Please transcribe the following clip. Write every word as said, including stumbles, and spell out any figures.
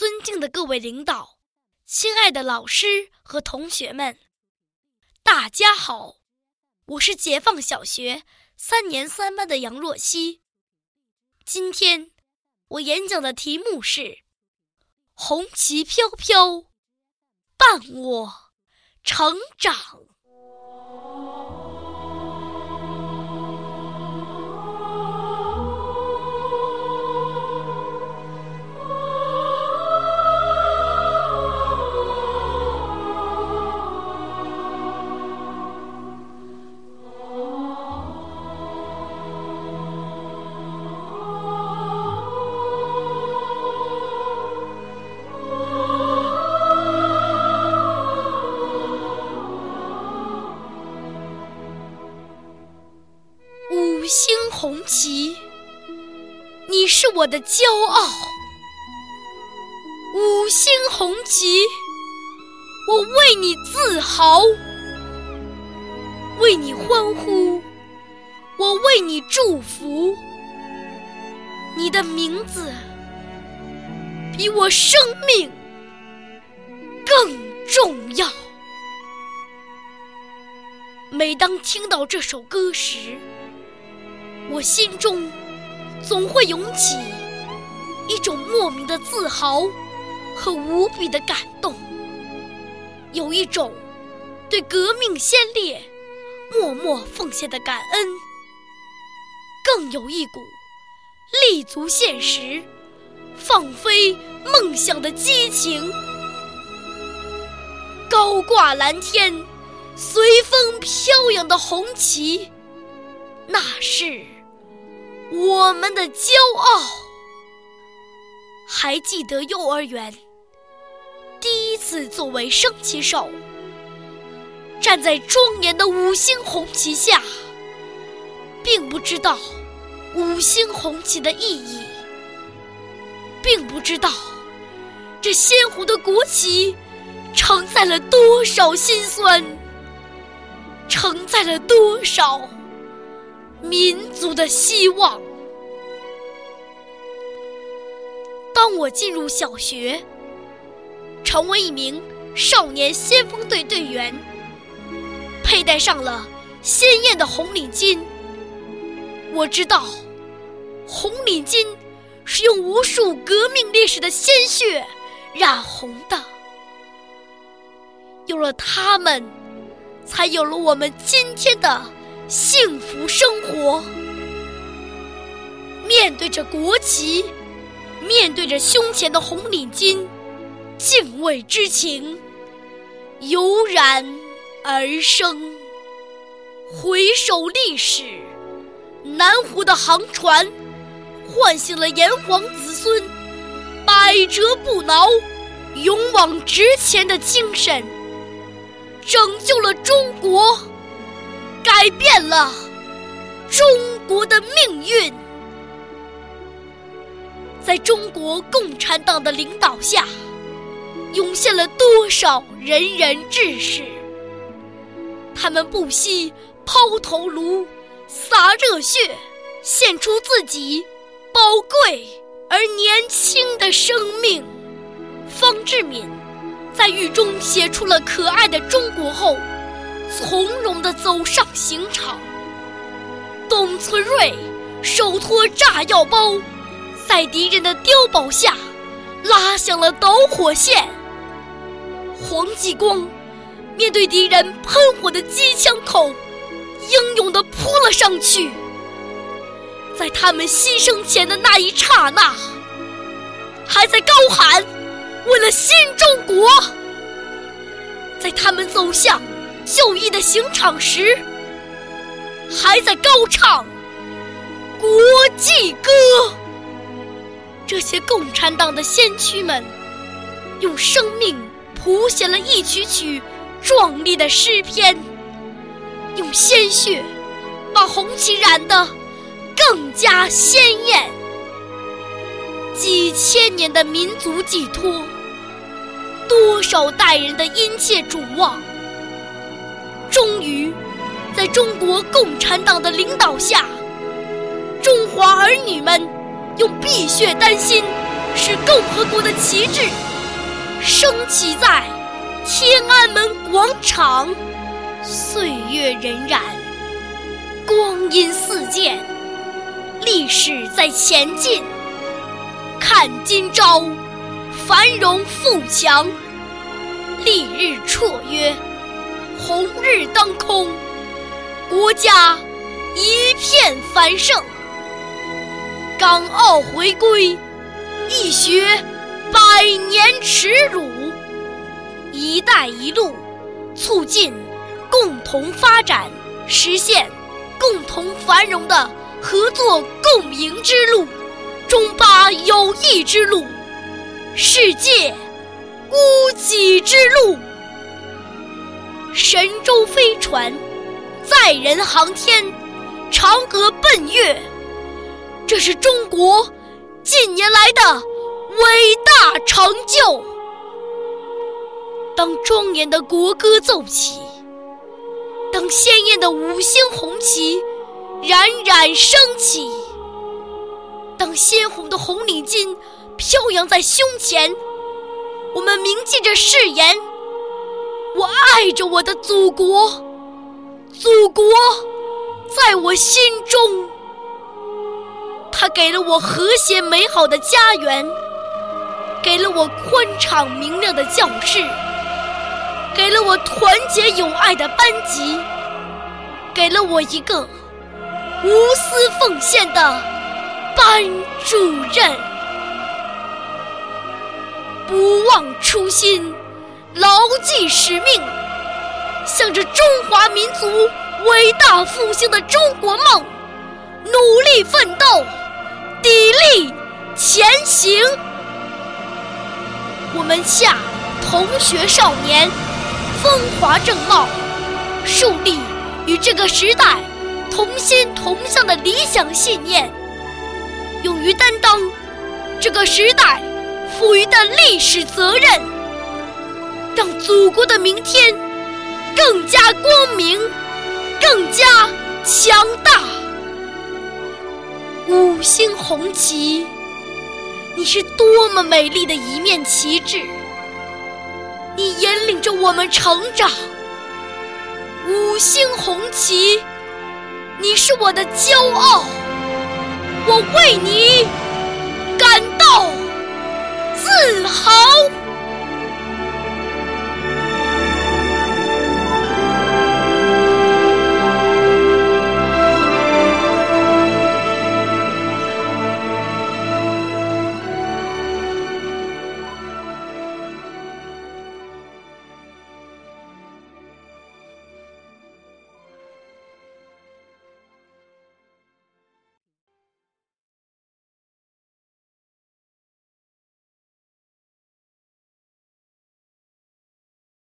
尊敬的各位领导，亲爱的老师和同学们，大家好，我是解放小学三年三班的杨若曦。今天我演讲的题目是红旗飘飘，伴我成长。五星红旗，你是我的骄傲。五星红旗，我为你自豪，为你欢呼，我为你祝福。你的名字比我生命更重要。每当听到这首歌时，我心中总会涌起一种莫名的自豪和无比的感动，有一种对革命先烈默默奉献的感恩，更有一股立足现实、放飞梦想的激情。高挂蓝天，随风飘扬的红旗，那是我们的骄傲。还记得幼儿园第一次作为升旗手，站在庄严的五星红旗下，并不知道五星红旗的意义，并不知道这鲜红的国旗承载了多少辛酸，承载了多少民族的希望。当我进入小学，成为一名少年先锋队队员，佩戴上了鲜艳的红领巾，我知道红领巾是用无数革命烈士的鲜血染红的。有了它们，才有了我们今天的幸福生活。面对着国旗，面对着胸前的红领巾，敬畏之情油然而生。回首历史，南湖的航船唤醒了炎黄子孙百折不挠、勇往直前的精神，拯救了中国，改变了中国的命运。在中国共产党的领导下，涌现了多少仁人志士，他们不惜抛头颅、洒热血，献出自己宝贵而年轻的生命。方志敏在狱中写出了可爱的中国后，从容地走上刑场。董存瑞手托炸药包，在敌人的碉堡下拉响了导火线。黄继光面对敌人喷火的机枪口，英勇地扑了上去。在他们牺牲前的那一刹那，还在高喊为了新中国。在他们走向就义的刑场时，还在高唱国际歌。这些共产党的先驱们，用生命谱写了一曲曲壮丽的诗篇，用鲜血把红旗染得更加鲜艳。几千年的民族寄托，多少代人的殷切瞩望，终于在中国共产党的领导下，中华儿女们用碧血丹心使共和国的旗帜升起在天安门广场。岁月荏苒，光阴似箭，历史在前进。看今朝，繁荣富强，丽日绰约，红日当空，国家一片繁盛。港澳回归，一学百年耻辱。一带一路，促进共同发展，实现共同繁荣的合作共赢之路，中巴友谊之路，世界屋脊之路。神舟飞船载人航天，嫦娥奔月，这是中国近年来的伟大成就。当庄严的国歌奏起，当鲜艳的五星红旗冉冉升起，当鲜红的红领巾飘扬在胸前，我们铭记着誓言：我爱着我的祖国，祖国在我心中。它给了我和谐美好的家园，给了我宽敞明亮的教室，给了我团结友爱的班级，给了我一个无私奉献的班主任。不忘初心，牢记使命，向着中华民族伟大复兴的中国梦努力奋斗，砥砺前行。我们下同学少年，风华正茂，树立与这个时代同心同向的理想信念，勇于担当这个时代赋予的历史责任，让祖国的明天更加光明，更加强大。五星红旗，你是多么美丽的一面旗帜，你引领着我们成长。五星红旗，你是我的骄傲，我为你感